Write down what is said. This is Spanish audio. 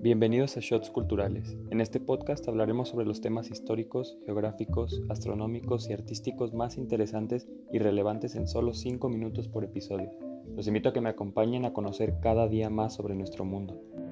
Bienvenidos a Shots Culturales. En este podcast hablaremos sobre los temas históricos, geográficos, astronómicos y artísticos más interesantes y relevantes en solo 5 minutos por episodio. Los invito a que me acompañen a conocer cada día más sobre nuestro mundo.